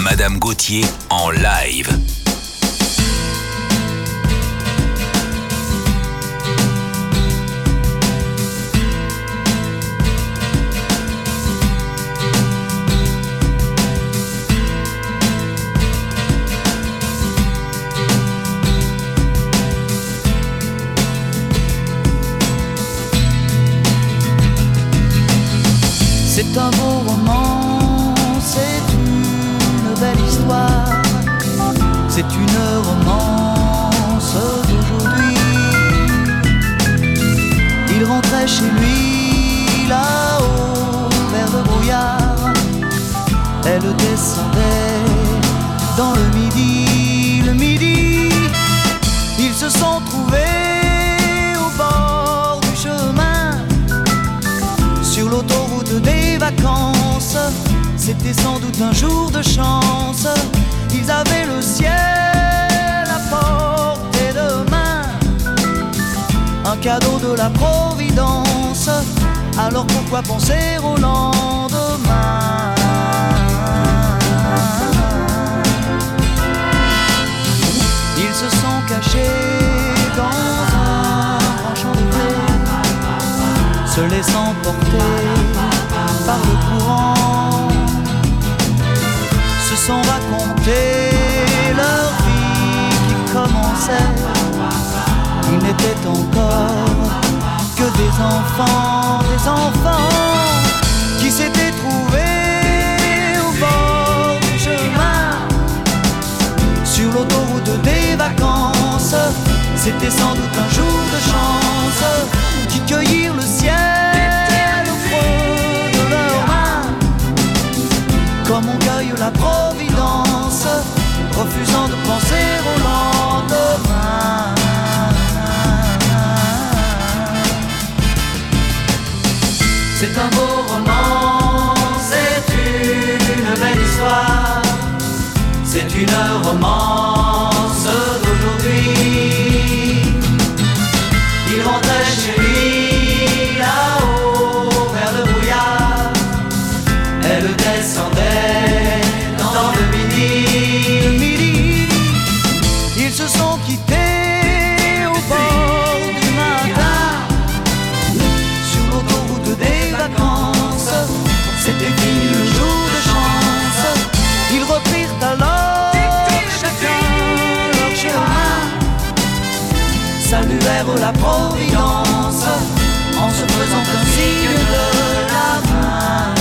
Madame Gauthier en live. C'est un beau roman, c'est une belle histoire, c'est une romance d'aujourd'hui. Il rentrait chez lui là-haut vers le brouillard, elle descendait dans le midi, ils se sont trouvés au bord du chemin, sur l'autoroute des vacances. C'était sans doute un jour de chance, ils avaient le ciel à portée de main, un cadeau de la Providence. Alors pourquoi penser au lendemain? Ils se sont cachés dans un grand champ de blé, se laissant porter par le courant, se sont racontés leur vie qui commençait. Ils n'étaient encore que des enfants qui s'étaient trouvés au bord du chemin, sur l'autoroute des vacances. C'était sans doute un jour de chance, qui cueillirent le ciel au creux de leurs mains, comme on cueille la Providence, refusant de penser au lendemain. C'est un beau roman, c'est une belle histoire, c'est une romance d'aujourd'hui. Il rentrait chez lui là-haut vers le brouillard, elle descendait dans le midi. Ils se sont quittés au bord du matin, sur l'autoroute des vacances. C'était fini le jour de chance. Ils reprirent alors chacun leur chemin, saluèrent la Providence en se faisant un signe de la main.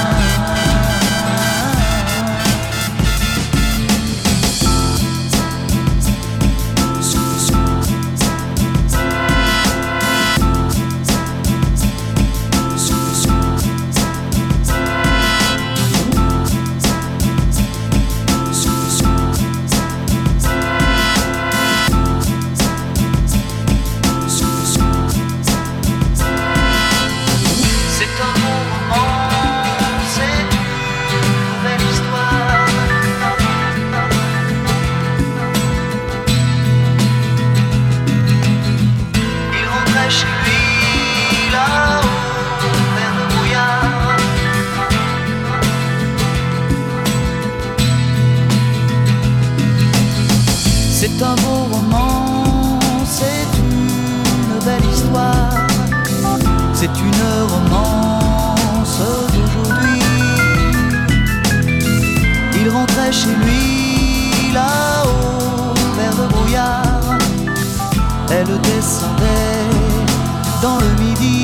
C'est un beau roman, c'est une belle histoire, c'est une romance d'aujourd'hui. Il rentrait chez lui là-haut vers le brouillard, elle descendait dans le midi.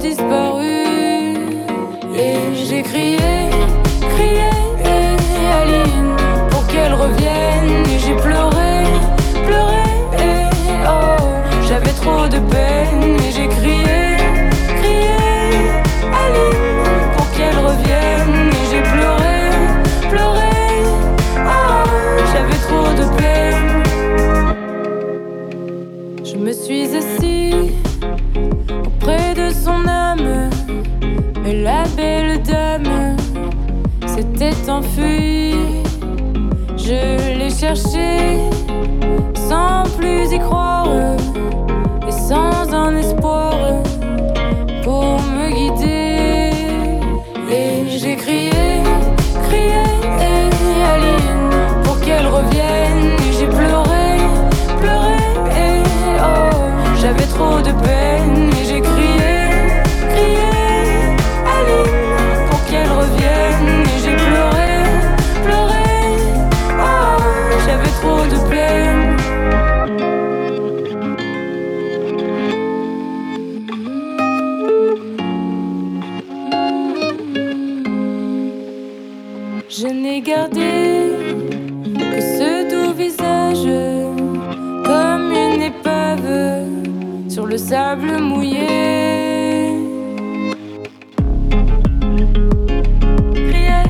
disparu. Et j'ai crié, crié, Aline, pour qu'elle revienne. Et j'ai pleuré, pleuré, oh, j'avais trop de peine. Et j'ai crié, crié, Aline, pour qu'elle revienne. Et j'ai pleuré, pleuré, oh, j'avais trop de peine. Je me suis assise auprès de son âme, mais la belle dame s'était enfuie. Je l'ai cherchée sans plus y croire et sans un espoir pour me guider. Et j'ai crié, crié, Aline, pour qu'elle revienne. Et j'ai pleuré, pleuré, oh, j'avais trop de peine. Et j'ai crié, crié, Aline, pour qu'elle revienne. Et j'ai pleuré, pleuré, oh, j'avais trop de peine. Je n'ai gardé que ce doux visage, comme une épave sur le sable mouillé. Crier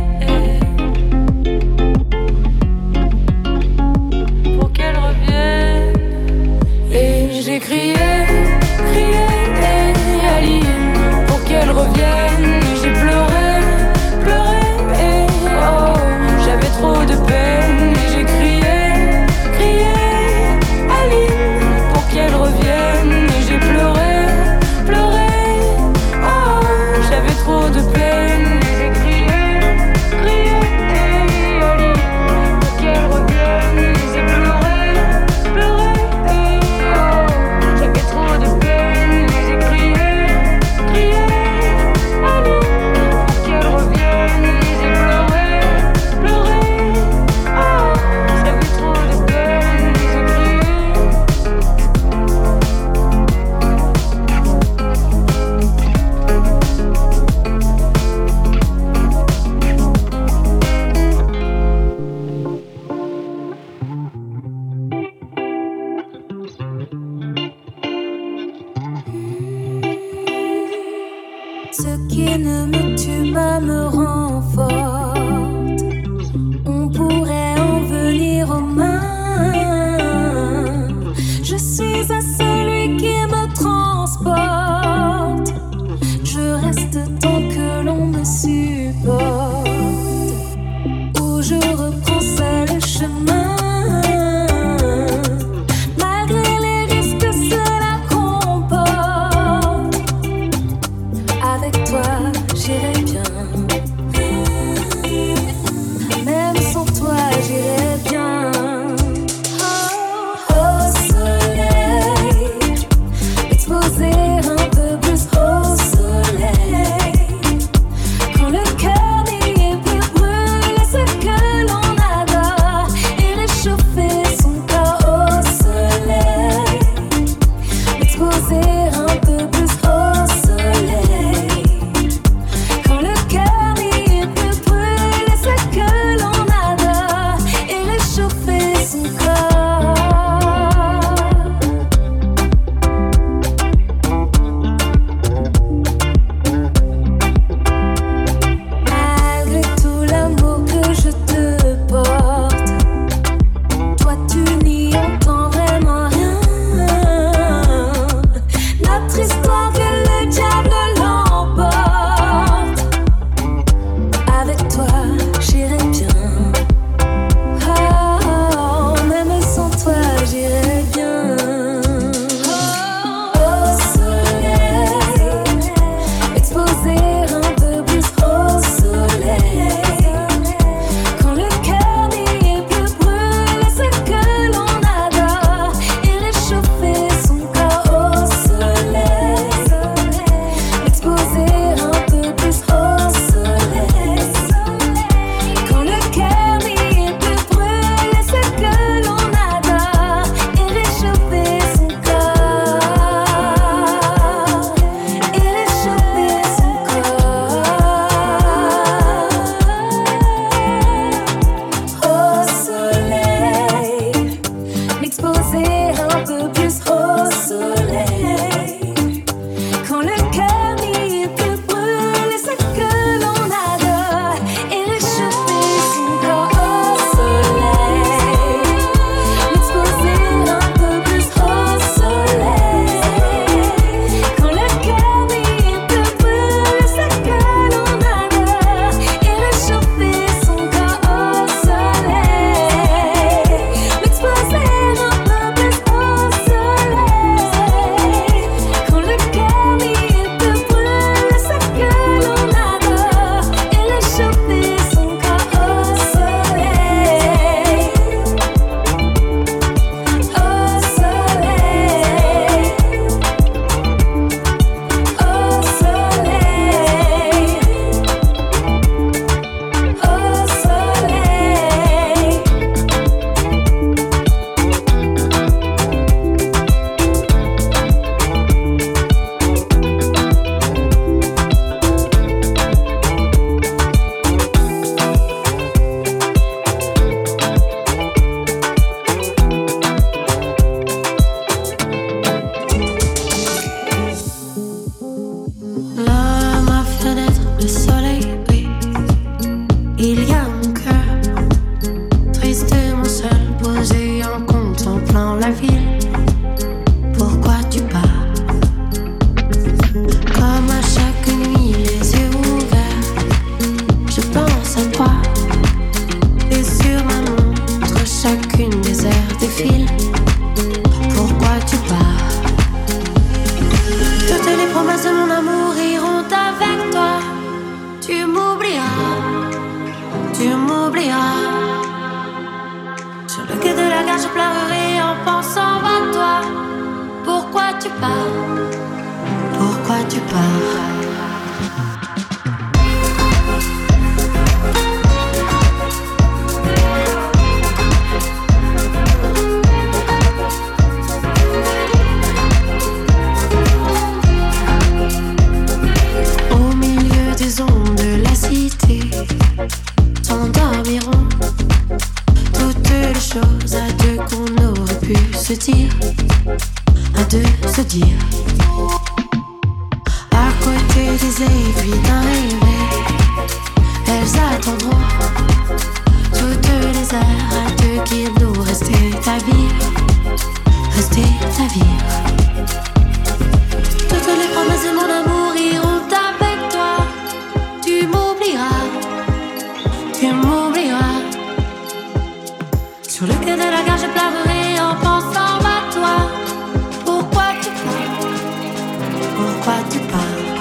pour qu'elle revienne. Et j'ai crié, crié, Aline, pour qu'elle revienne. Et j'ai pleuré, pleuré, oh, j'avais trop de peine. Et j'ai crié, crié, Aline, pour qu'elle revienne. Et j'ai pleuré, pleuré, oh, j'avais trop de peine. Et j'ai crié, crié, Aline, pour qu'elle revienne. Et j'ai pleuré, pleuré, oh, j'avais trop de peine. Et j'ai crié, crié, Aline, pour qu'elle revienne. Et j'ai pleuré, pleuré, oh, j'avais trop de peine. Et j'ai crié. Ce qui ne me tue pas me rend forte. On pourrait en venir aux mains. Je suis à celui qui me transporte. Je reste tant que l'on me supporte. Où je reprends seul le chemin. Malgré les risques que cela comporte. Avec toi, j'irai bien. Toutes les promesses de mon amour iront avec toi. Tu m'oublieras, tu m'oublieras. Sur le quai de la gare je pleurerai en pensant à toi. Pourquoi tu pars? Pourquoi tu pars? Choses à deux qu'on aurait pu se dire, à deux se dire. À côté des aiguilles d'un réveil, elles attendront toutes les heures à deux qu'il nous restait à vivre, rester à vivre. Toutes les promesses de mon amour iront avec toi. Tu m'oublieras, tu m'oublieras. Sur le quai de la gare je pleurerai en pensant à toi. Pourquoi tu pars? Pourquoi tu pars?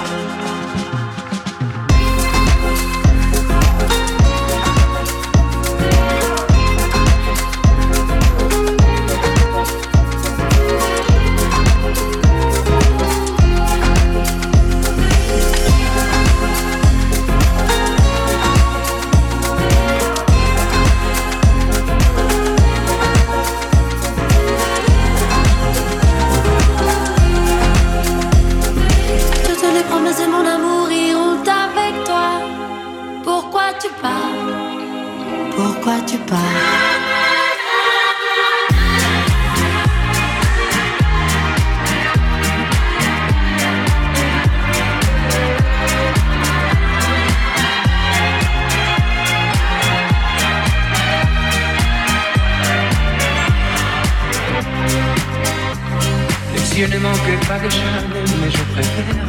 Pourquoi tu pars? Les yeux ne manquent pas de charme, mais je préfère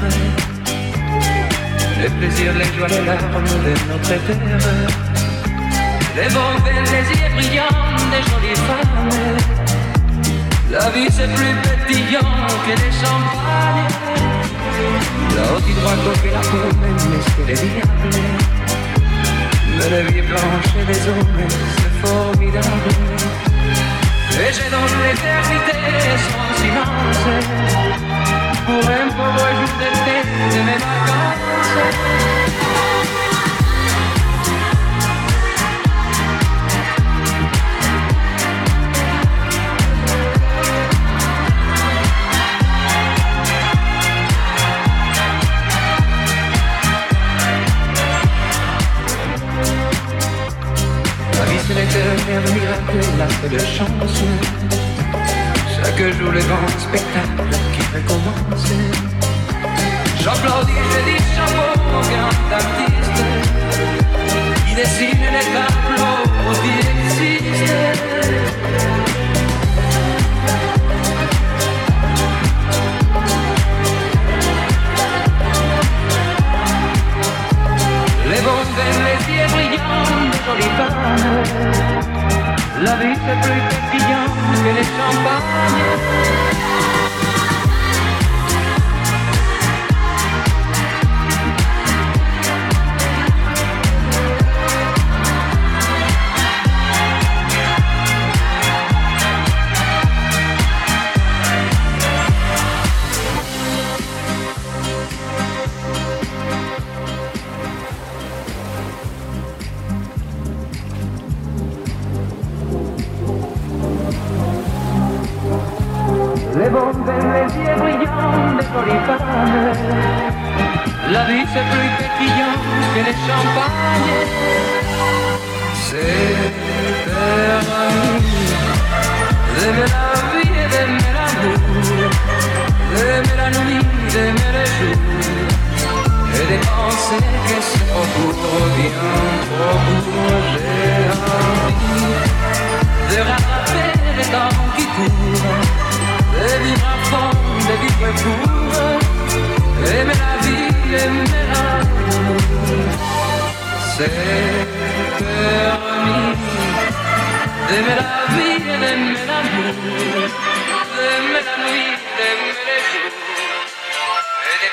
le plaisir, les joies, les larmes de notre terre. Les bons verres, les yeux brillants des jolies femmes. La vie c'est plus pétillant que les champagnes. Là-haut tu dois copier la peau, même c'est les diables. Mais les vies blanches des hommes, c'est formidable. Et j'ai dans l'éternité son silence pour un pauvre jour d'été de mes vacances. C'est l'éternel miracle, la seule chance. Chaque jour le grand spectacle qui recommence. J'applaudis et je dis chapeau au grand artiste qui dessine les tableaux qui existent. Les bons verres, les yeux brillants de jolies femmes. La vie c'est plus pétillant que les champagnes. Les bombes, les yeux brillants des jolies femmes. La vie c'est plus pétillant que les champagnes. C'est permis d'aimer la vie et d'aimer l'amour, d'aimer la nuit, d'aimer les jours, et de penser que c'est trop court, bien trop court. J'ai envie de rattraper les temps qui courent, de vivre à fond, de vivre pour aimer la vie, aimer l'amour. C'est permis d'aimer la vie et d'aimer l'amour, d'aimer la nuit, d'aimer les jours, et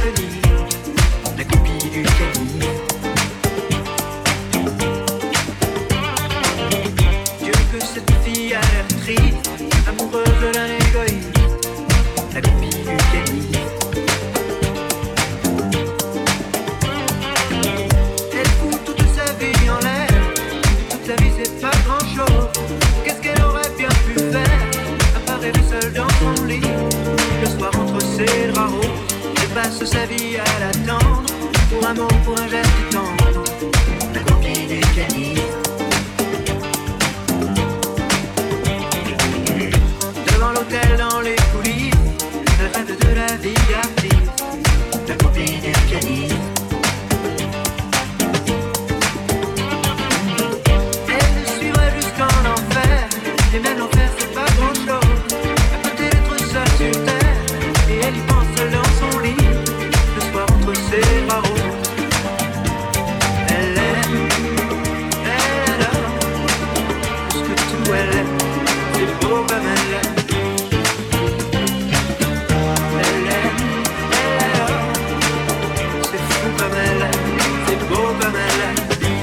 l'avenir, la copie du caddie. Dieu que cette fille a l'air triste, amoureuse d'un égoïste, la copie du caddie. Elle fout toute sa vie en l'air, toute sa vie c'est pas grand chose. Qu'est-ce qu'elle aurait bien pu faire, à part rêver seule dans son lit, le soir entre ses draps roses. Elle passe sa vie à l'attendre, pour un mot, pour un geste tendre, la copie du caddie. Devant l'hôtel, dans les coulisses, elle rêve de la vie d'artiste, la copie du caddie. Elle le suivrait jusqu'en enfer, et même l'enfer c'est pas grand chose. Elle peut être seule sur terre, et elle y pense seule dans son lit, le soir entre ses bras roses. Elle aime, elle adore, plus que tout elle aime, c'est beau comme elle aime. Elle aime, elle adore, c'est fou comme elle aime, c'est beau comme elle aime.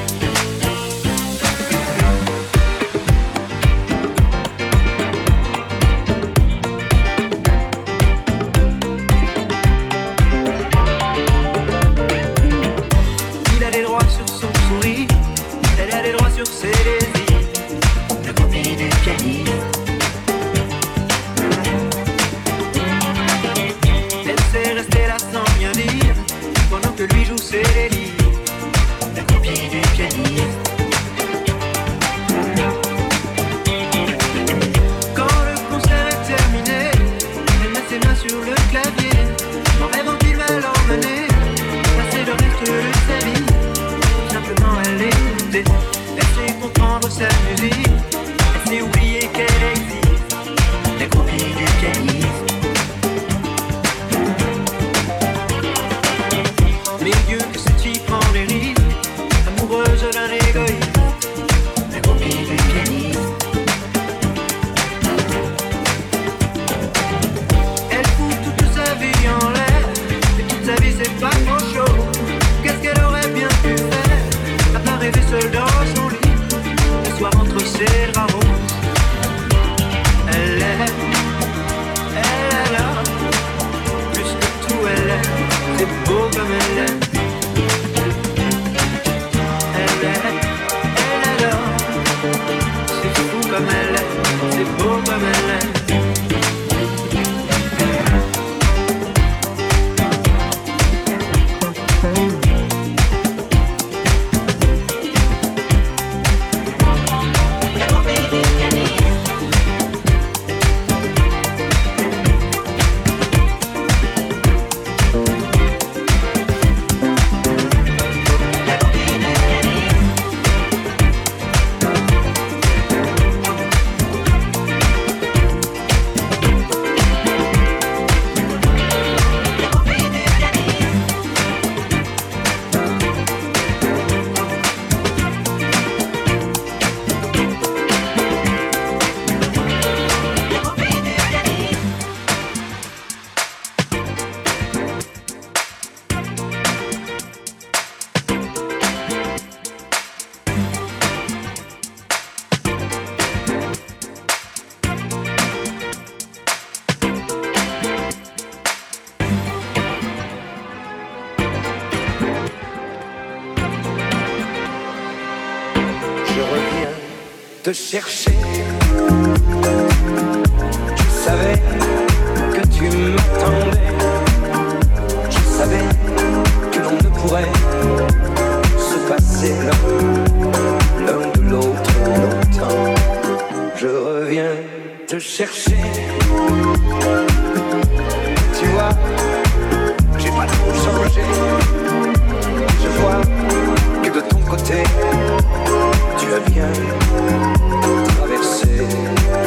Il a des droits sur son sourire, elle a des droits sur ses désirs, la copie du caddie. Elle sait rester là sans rien dire, pendant que lui joue ses délires, la copie du caddie. Quand le concert est terminé, elle met ses mains sur le clavier, en rêvant qu'il va l'emmener, passer le reste de sa vie. Simplement elle écoutait, elle sait comprendre sa musique, elle sait oublier qu'elle existe, la copie du caddie. Mais Dieu que cette fille prend des risques, amoureuse d'un égoïste, la copie du caddie. Elle fout toute sa vie en l'air, et toute sa vie c'est pas grand chose. Qu'est-ce qu'elle aurait bien pu faire, à part rêver seule dans son lit, le soir entre ses draps roses. Elle aime, elle adore, plus que tout elle aime, c'est beau comme elle aime. Elle aime, elle adore, c'est fou comme elle aime, c'est beau comme elle aime. Te chercher, je savais que tu m'attendais, je savais que l'on ne pourrait se passer l'un de l'autre longtemps. Je reviens te chercher, tu vois, j'ai pas trop changé, je vois que de ton côté tu as bien traversé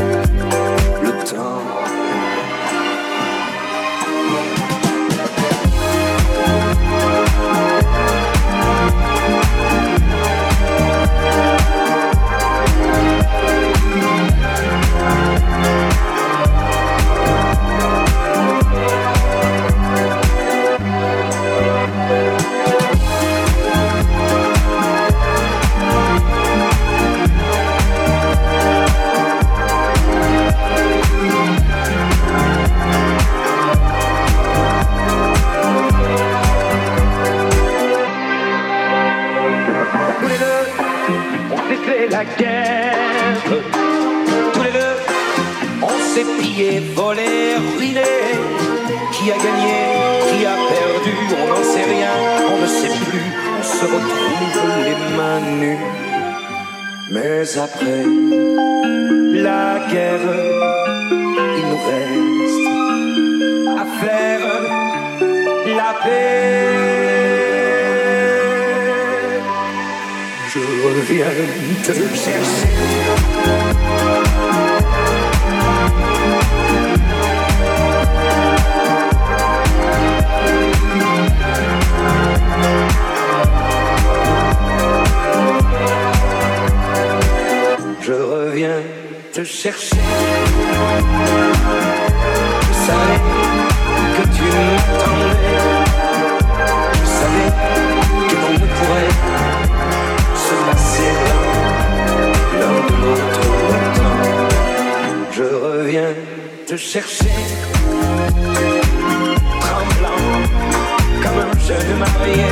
la guerre. Tous les deux, on s'est pillé, volé, ruiné. Qui a gagné, qui a perdu, on n'en sait rien, on ne sait plus. On se retrouve les mains nues. Mais après la guerre, il nous reste à faire la paix. Je reviens te chercher. Je reviens te chercher. Je savais que tu m'attendais. Je savais que l'on ne pourrait se passer l'un de l'autre longtemps. Je reviens te chercher, tremblant comme un jeune marié,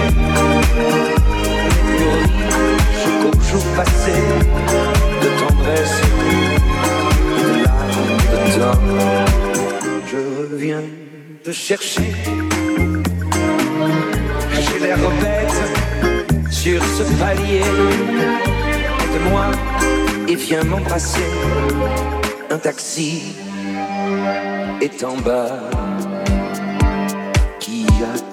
plus riche qu'au jour passé de tendresse et de larmes de temps. Je reviens te chercher. J'ai l'air bête sur ce palier. Aide-moi et viens m'embrasser. Un taxi est en bas qui attend.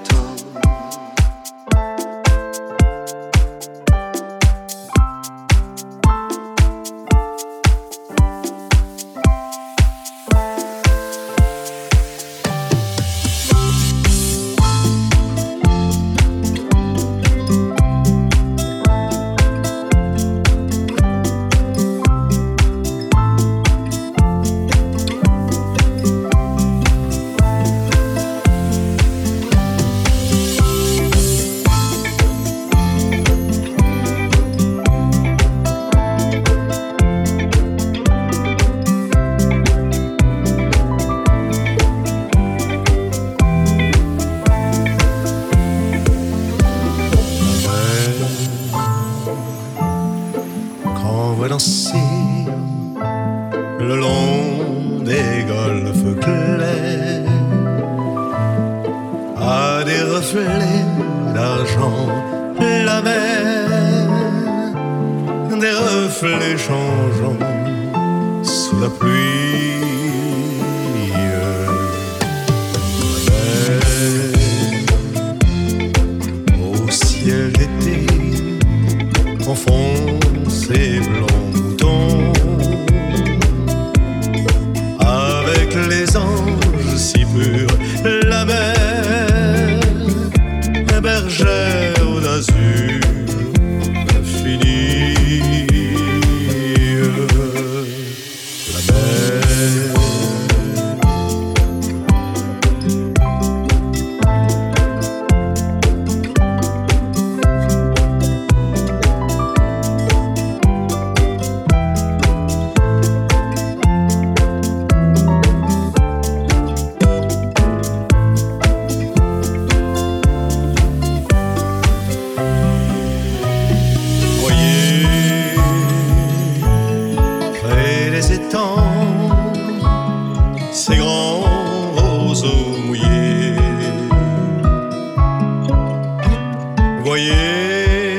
Le long des golfes clairs à des reflets d'argent, la mer, des reflets changeants sous la pluie. Au ciel d'été confond ses blancs moutons avec les anges si purs, la mer, bergère d'azur infinie. La mer, ces grands roseaux mouillés. Voyez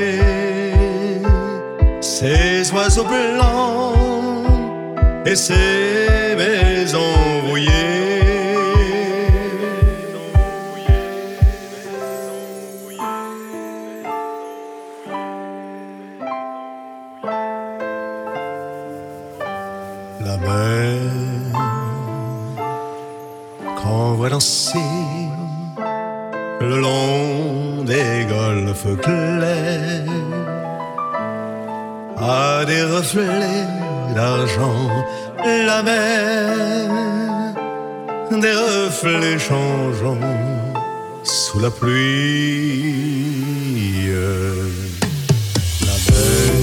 ces oiseaux blancs et ces maisons rouillées. La mer qu'envoie danser le long des golfes clairs à des reflets d'argent, la mer, des reflets changeants sous la pluie. La mer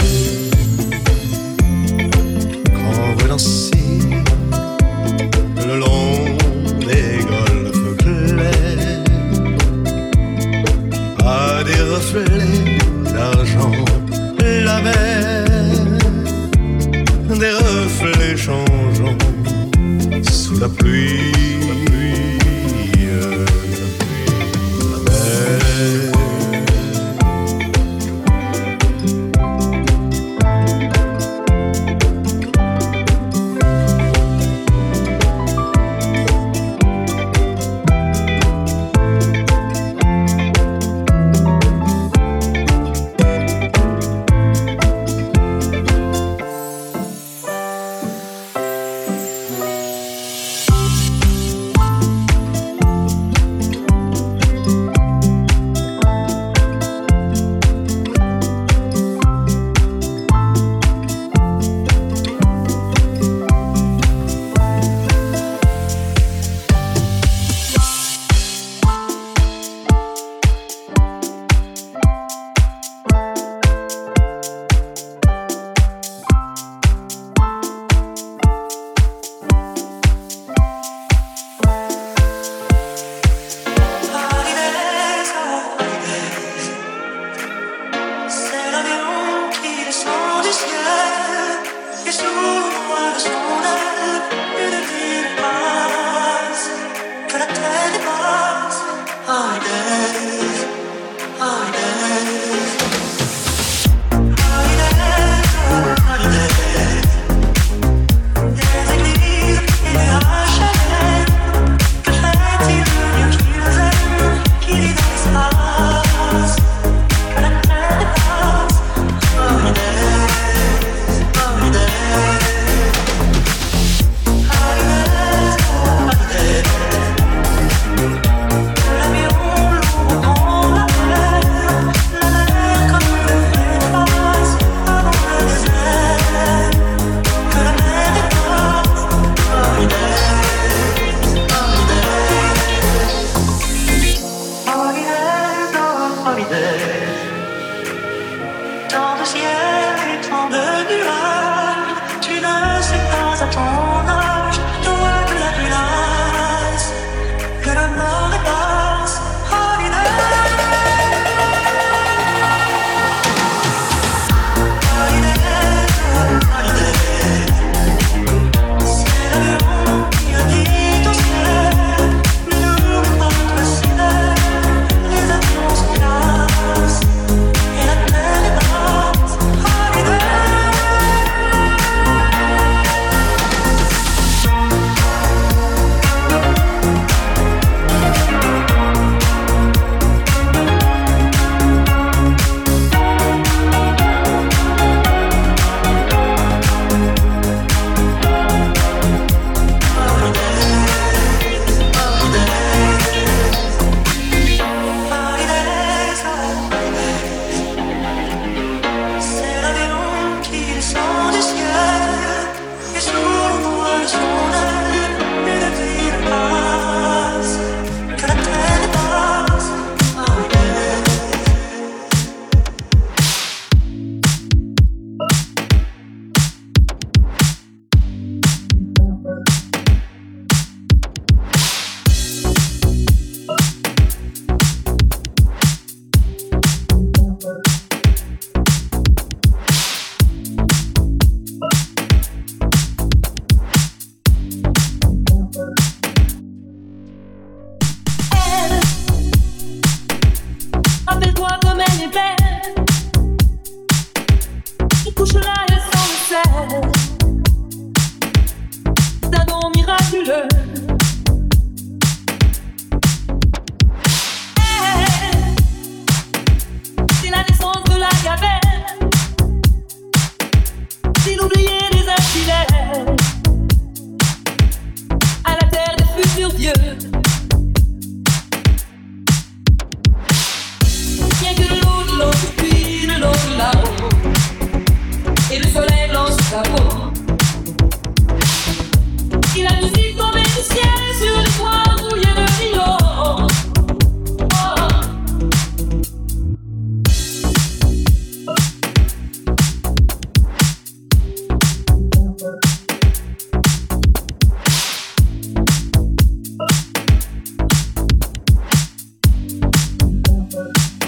qu'envoie danser le long des golfes clairs à des reflets d'argent, la mer, des reflets changeants sous la pluie, la mer.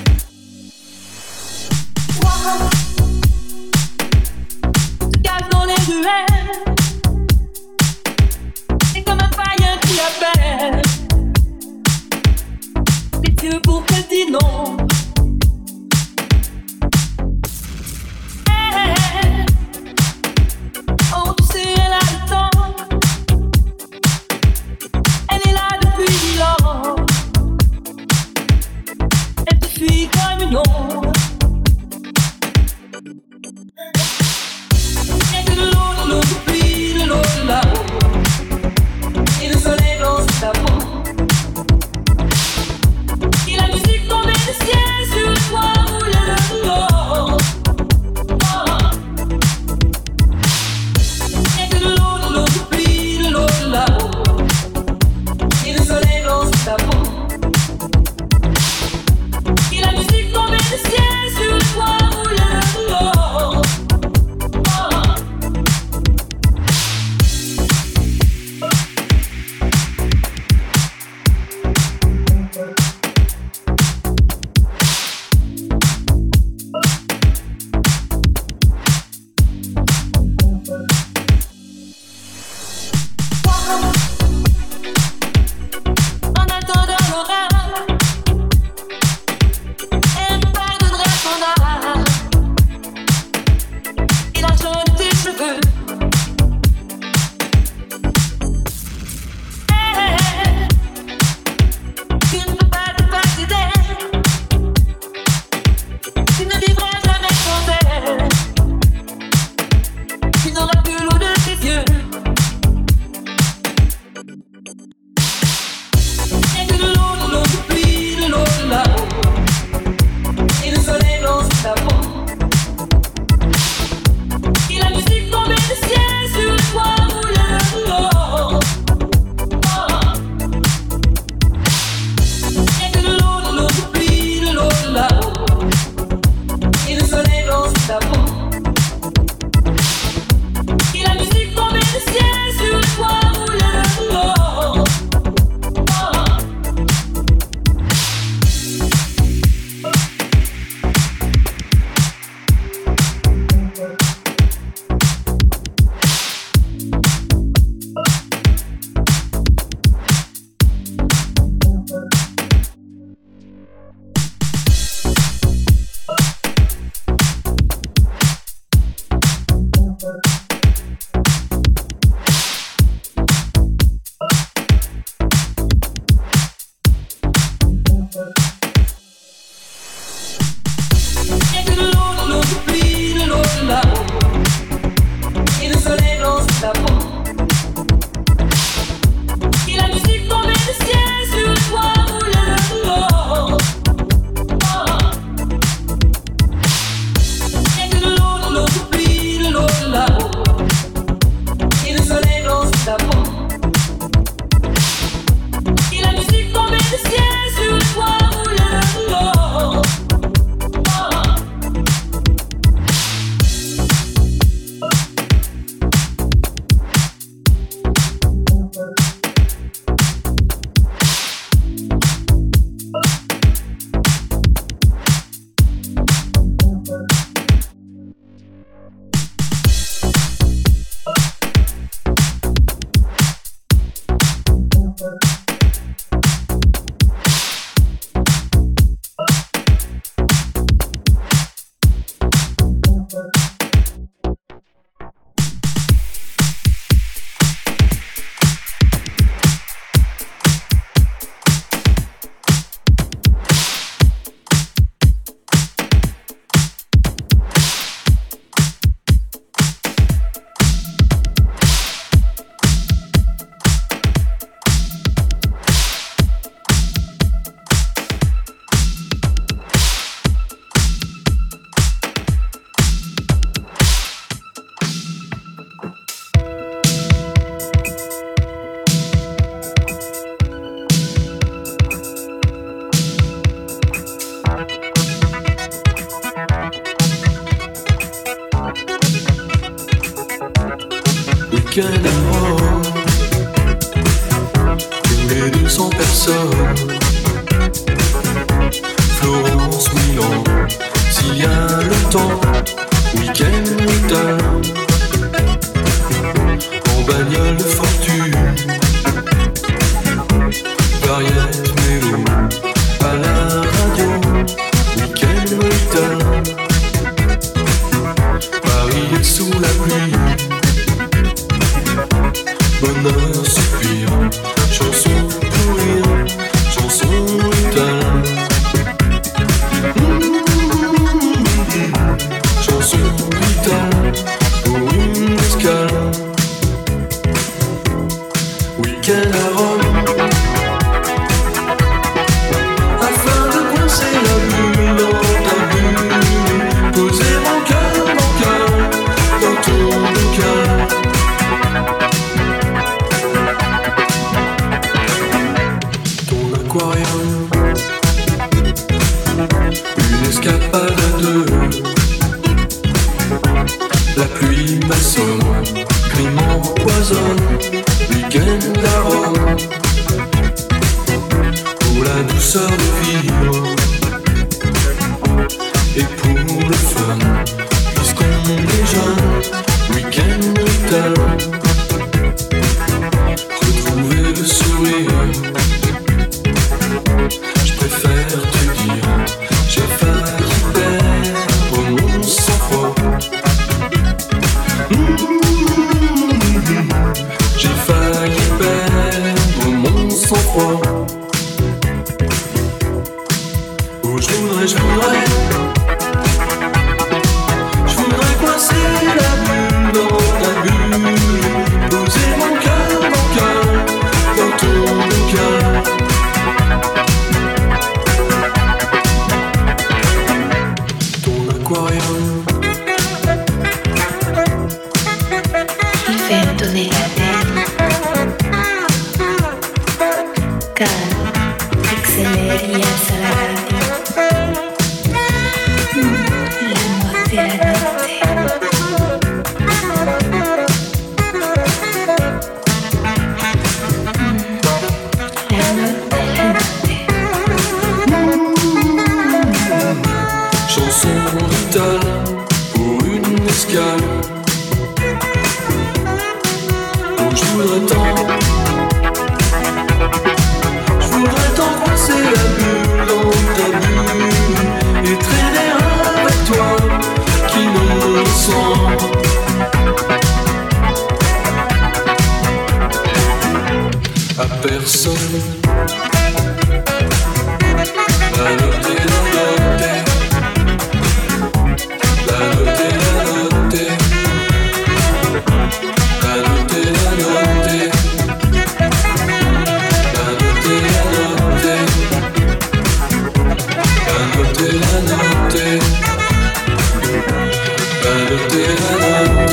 Gaz dans les dit non. Hey, oh, tu sais, elle a le temps. Elle est là depuis 10 ans. Elle te fuit comme une ombre. Et de l'eau, de l'eau, de pluie, de l'eau, de là. Et le soleil blanc sur ta peau. Et la musique tombait du ciel sur le toit roulé de l'eau. Et de l'eau, de pluie, de l'eau, de là. Et le soleil blanc sur ta peau. Et la musique tombait du ciel sur le toit roulé de l'eau. En attendant l'orage, elle me pardonnera son âge et l'argent de tes cheveux. Hey, tu ne peux pas te passer d'elle, tu ne vivras jamais sans elle, tu n'auras que l'eau de tes yeux. Et de l'eau, de pluie, de l'eau, de là. Et le soleil blanc sur ta peau. Et la musique tombait du ciel sur le toit roulé de l'eau. Et de l'eau, de pluie, de l'eau, de là. Et le soleil blanc sur ta peau. Et la musique tombait du ciel sur le toit roulé de l'eau. Et de l'eau, de pluie, de l'eau, de là. Et le soleil blanc sur ta peau. Et la musique tombait du ciel sur le toit roulé de l'eau. Et de l'eau, de pluie, de l'eau, de là. Et le soleil blanc sur ta peau. Et la musique tombait du ciel sur le toit roulé de l'eau. Week-end amour, tous les deux sans personne. Florence, Milan, s'il y a le temps. Week-end, return, en bagnole de fortune. Variette, mélo, à la radio. escapade à deux. La pluie m'assomme, crime m'empoisonne, week-end à Rome. Pour la douceur de vivre et pour le fun, puisqu'on est jeune, week-end return. Retrouver le sourire, je préfère te dire, j'ai failli perdre mon sang-froid. J'ai failli perdre mon sang-froid. Oh, je voudrais coincer la bulle dans ta bulle, poser mon cœur dans ton cœur. Ton aquarium. Il fait me donner la peine. Calme, accélère, il y a ça la radio. La notte et la notte. La notte et la notte. Chanson vitale pour une escale. Oh, je voudrais tant coincer la bulle dans ta bulle et traîner avec toi qui nous sent. À personne. La note est la note. La note est la note. La note est la note. La note est la note. La note est la note. La note est la note.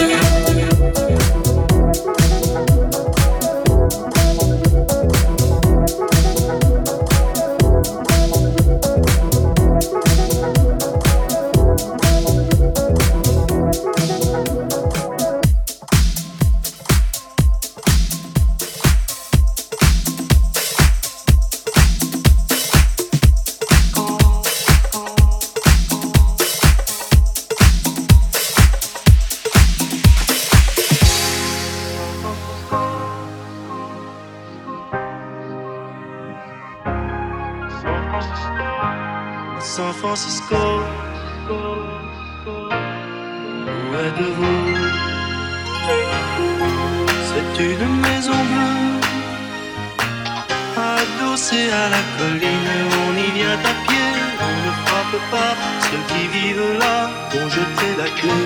San Francisco, où êtes-vous? C'est une maison bleue, adossée à la colline. On y vient à pied, on ne frappe pas. Ceux qui vivent là vont jeter la clé.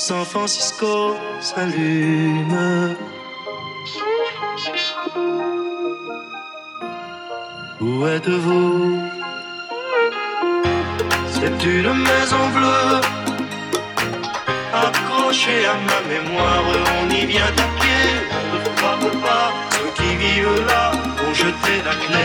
San Francisco s'allume. Où êtes-vous? C'est une maison bleue accrochée à ma mémoire. On y vient à pied, on ne frappe pas. Ceux qui vivent là ont jeté la clé.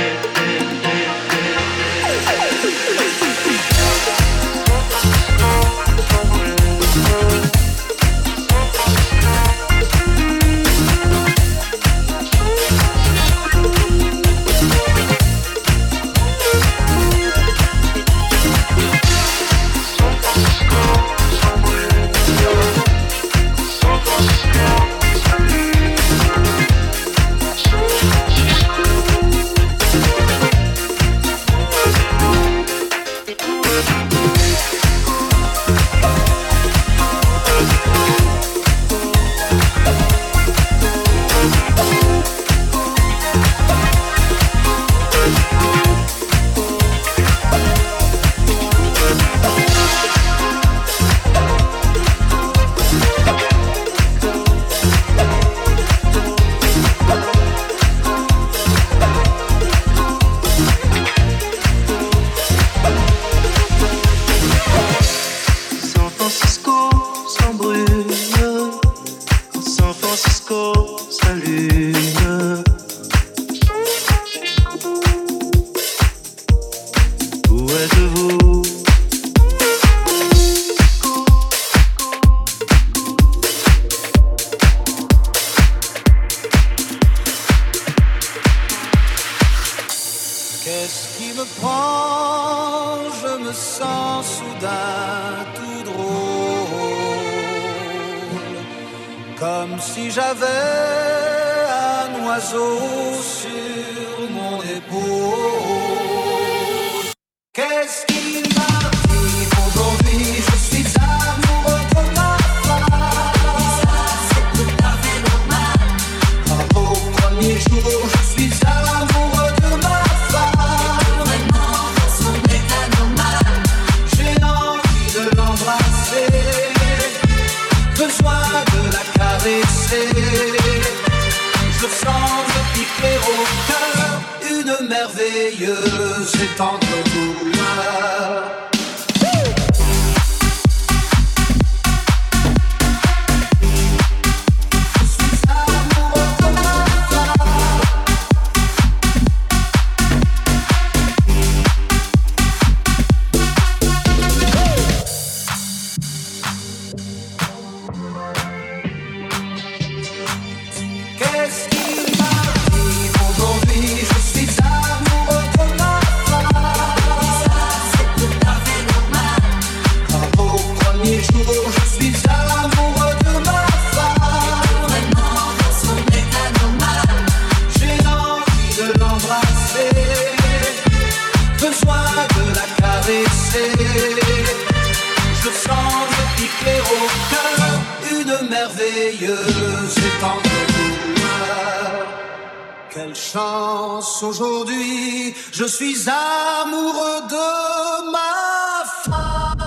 Quelle chance aujourd'hui, je suis amoureux de ma femme.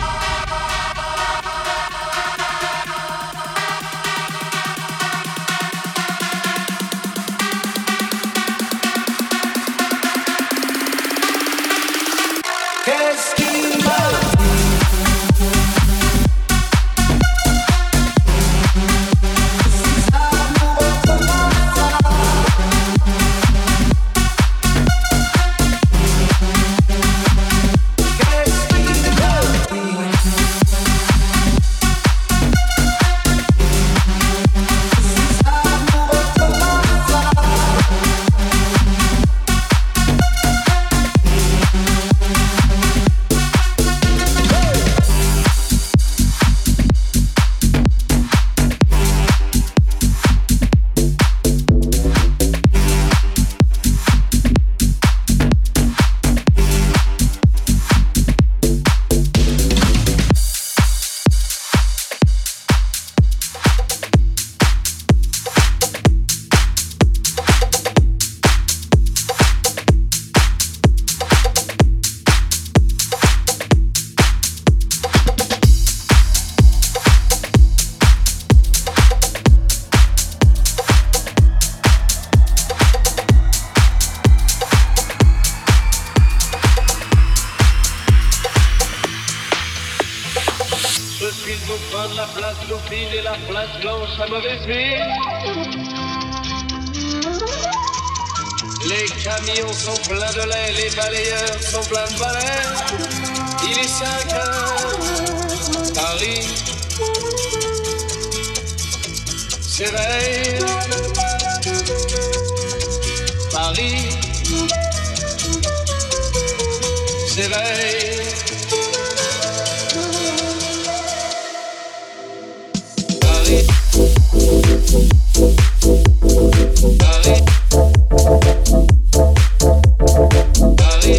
Qu'est-ce qui m'a prendre la place Dauphine et la place Blanche à mauvaise mine. Les camions sont pleins de lait, les balayeurs sont pleins de balais. Il est 5 heures, Paris s'éveille. Paris s'éveille. Paris. Paris. Paris.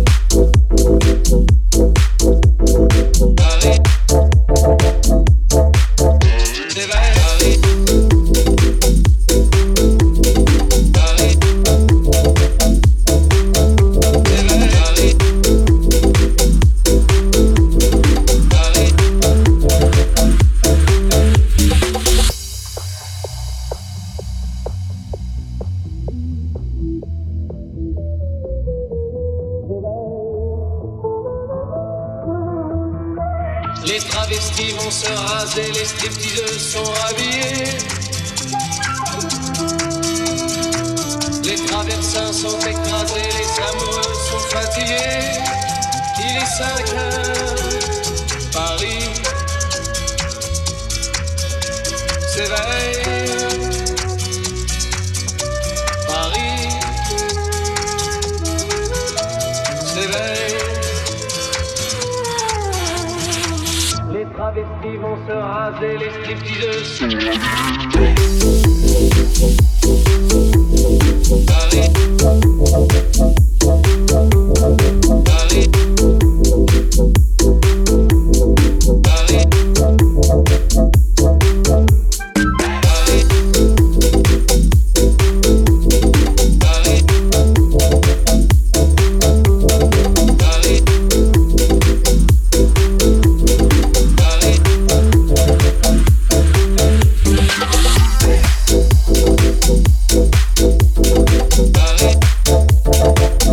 Paris. S'éveille. Paris. Paris. Les travestis vont se raser, les stripteaseuses sont rhabillées. Les traversins sont écrasés, les amoureux sont fatigués. Il est 5 heures, Paris s'éveille. Paris s'éveille. Les travestis vont se raser, les stripteaseuses sont Paris. Paris. Paris. Paris.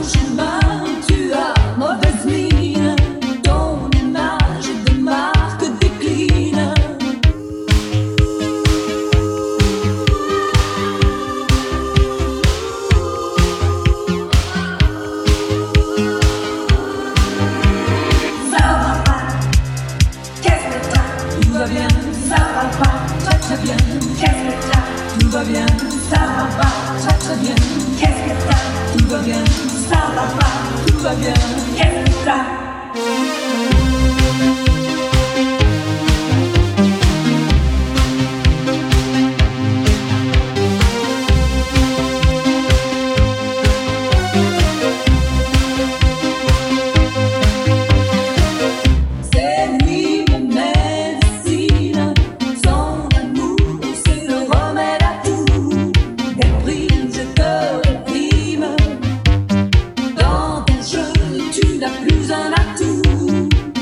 Plus un atout.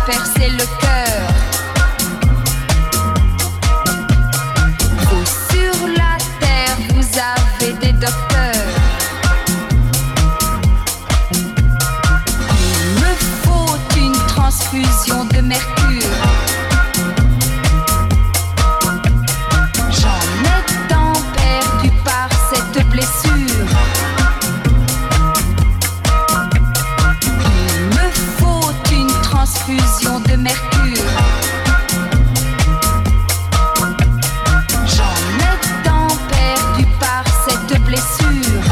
percer le cœur. Vous sur la terre, vous avez des docteurs. Il me faut une transfusion de mercure. J'en ai tant perdu par cette blessure. Il me faut une transfusion de mercure. J'en ai tant perdu par cette blessure.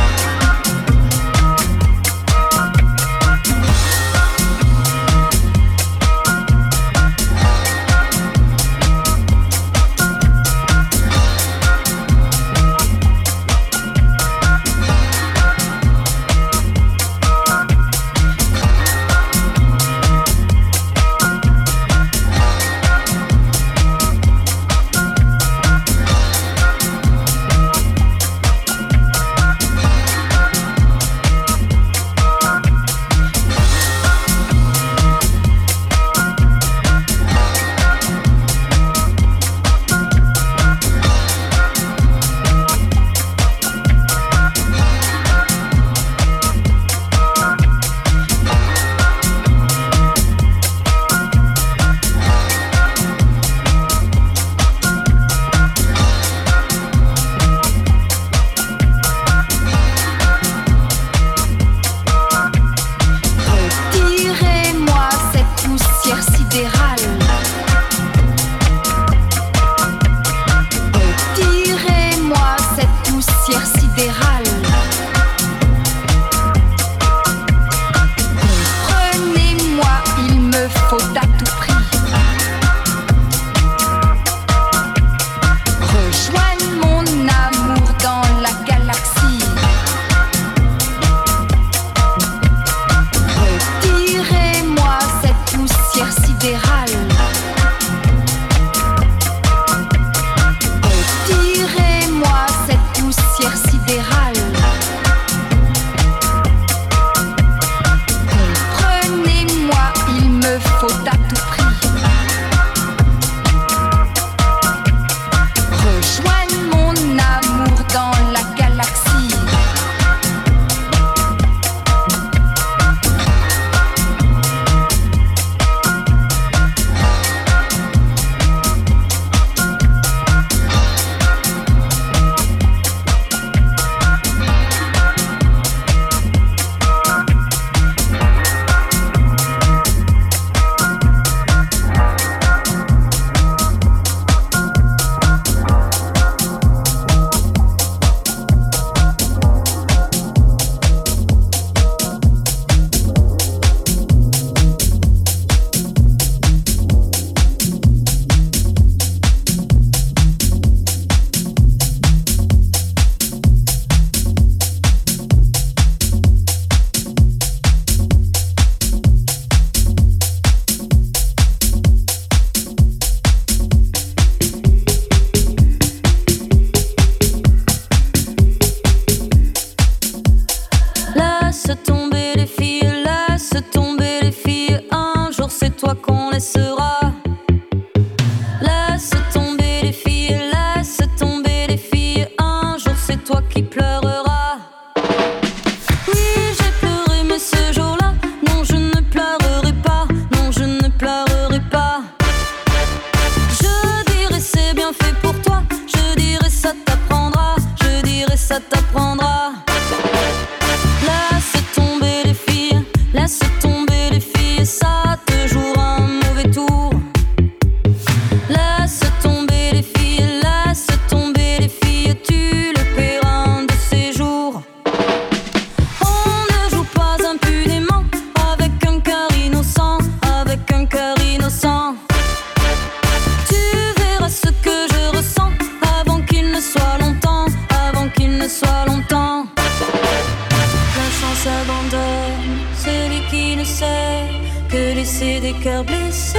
laisser des cœurs blessés.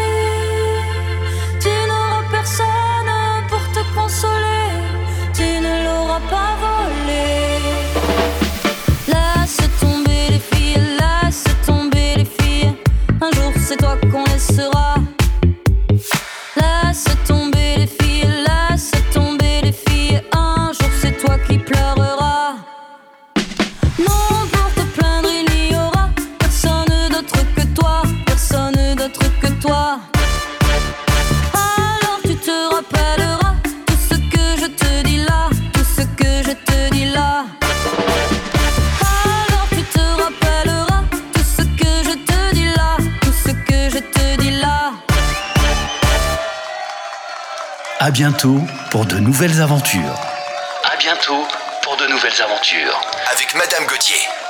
Tu n'auras personne pour te consoler, tu ne l'auras pas volé. Laisse tomber les filles, un jour c'est toi. qu'on laissera. Laisse tomber les filles, laisse tomber les filles. Un jour c'est toi qui pleureras. Non, pour te plaindre il n'y aura personne d'autre que toi, personne d'autre que toi. Alors tu te rappelleras tout ce que je te dis là, tout ce que je te dis là. Alors tu te rappelleras tout ce que je te dis là, tout ce que je te dis là. À bientôt pour de nouvelles aventures. À bientôt pour de nouvelles aventures. Avec Madame Gauthier.